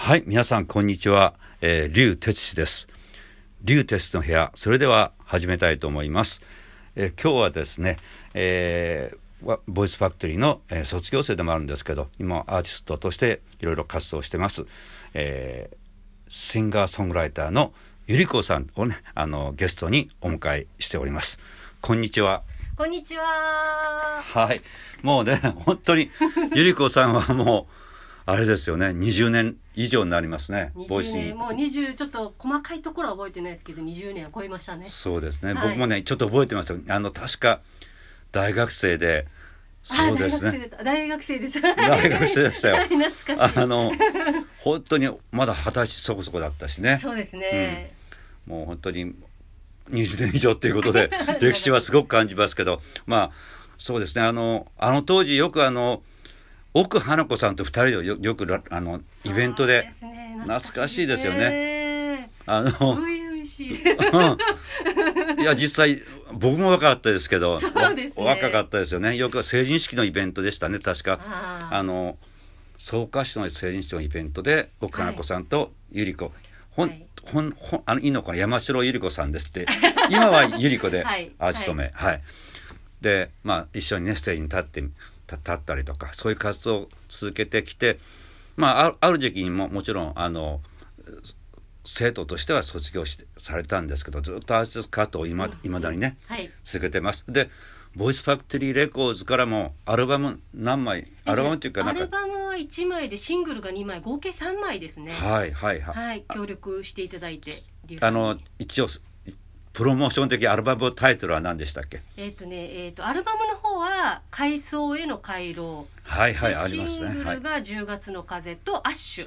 はい、皆さんこんにちは、劉哲司です。劉哲の部屋、それでは始めたいと思います。今日はですね、ボイスファクトリーの、卒業生でもあるんですけど、今アーティストとしていろいろ活動してます、シンガーソングライターのゆりこさんをね、ゲストにお迎えしております。こんにちは。 こんにちは。 はい、もうね、本当にゆりこさんはもうあれですよね、20年以上になりますね。 ボイスにもう20、ちょっと細かいところは覚えてないですけど20年は超えましたね。 そうですね、はい、僕もねちょっと覚えてますよ。確か大学生で、そうですね、 大学生です。 大学生でしたよ。 懐かしい。 本当にまだ20歳そこそこだったしね。 そうですね、 もう本当に20年以上ということで歴史はすごく感じますけど、まあそうですね、当時よく奥花子さんと2人でよくイベントで、懐かしいですよね。 初々しい。 いや実際僕も若かったですけど、 そうですね、 若かったですよね。よく成人式のイベントでしたね、確か。草加市の成人式のイベントで奥花子さんとゆり子、いいのかな、山城ゆり子さんですって今はゆり子でアーティスト名、はい、で一緒にねステージに立ったりとか、そういう活動を続けてきて、ある時期にもちろん生徒としては卒業されたんですけど、ずっとアーティスト活動をいまだにね、続けてます。でボイスファクトリーレコーズからもアルバム何枚、アルバムっていうか、 アルバムは1枚でシングルが2枚、合計3枚ですね。協力していただいて、 一応プロモーション的アルバムタイトルは何でしたっけ？ アルバムの方は回想への回廊、 ありますね。 シングルが10月の風とアッシュ、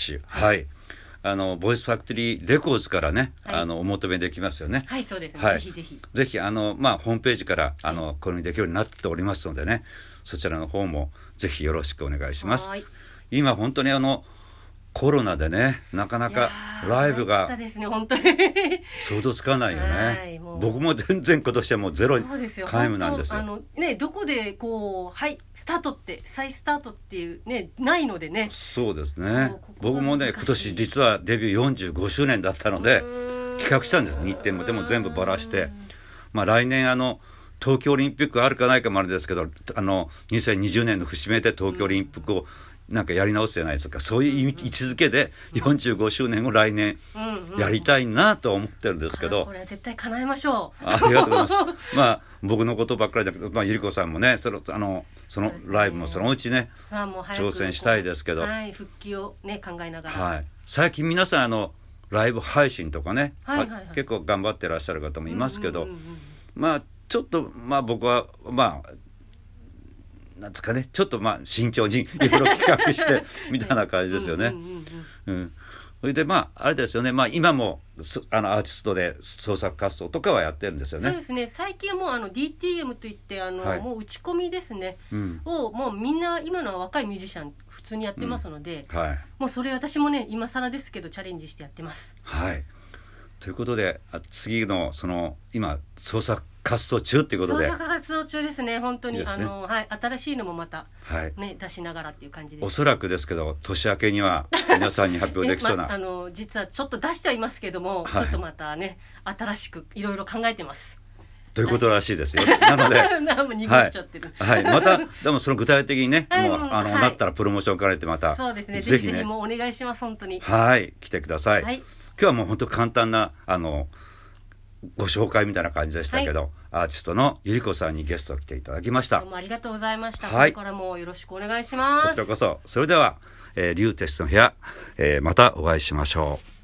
ボイスファクトリーレコーズからね、お求めできますよね。 はい、そうですね、ぜひホームページから購入できるようになっておりますのでね、そちらの方もぜひよろしくお願いします。今本当にコロナでね、なかなかライブが想像つかないよね。僕も全然今年はもうゼロ皆無なんですよ。 どこでスタートって再スタートっていうね、ないのでね。 そうですね。僕もね今年実はデビュー45周年だったので企画したんです、日程も。でも全部ばらして、来年東京オリンピックあるかないかもあれですけど、2020年の節目で東京オリンピックをなんかやり直すじゃないですか。そういう位置づけで45周年を来年やりたいなと思ってるんですけど、 これは絶対叶えましょう。 ありがとうございます。僕のことばっかりだけど、ゆり子さんもね、そのライブもそのうちね、挑戦したいですけど、 復帰をね考えながら、 最近皆さんライブ配信とかね、結構頑張ってらっしゃる方もいますけど、ちょっと僕はなんですかね、ちょっと慎重にいろいろ企画してみたいな感じですよね。それであれですよね、今もアーティストで創作活動とかはやってるんですよね。 そうですね、最近はもうDTM といってもう打ち込みですね、をもうみんな今の若いミュージシャン普通にやってますので、もうそれ私もね今更ですけどチャレンジしてやってます。 ということで次の今創作活動中っていうことで、 創作活動中ですね、本当に新しいのもまた、出しながらっていう感じです。 おそらくですけど年明けには皆さんに発表できそうな、 実はちょっと出してはいますけども、ちょっとまたね新しくいろいろ考えてますということらしいですよ。なので濁しちゃってる。 またでもその具体的にね、なったらプロモーションからってまた、 そうですね、ぜひぜひもうお願いします、本当に。 来てください。今日はもう本当簡単なご紹介みたいな感じでしたけど、アーティストのゆり子さんにゲスト来ていただきました。 どうもありがとうございました。これからもよろしくお願いします。 こちらこそ。それでは、劉哲司の部屋、またお会いしましょう。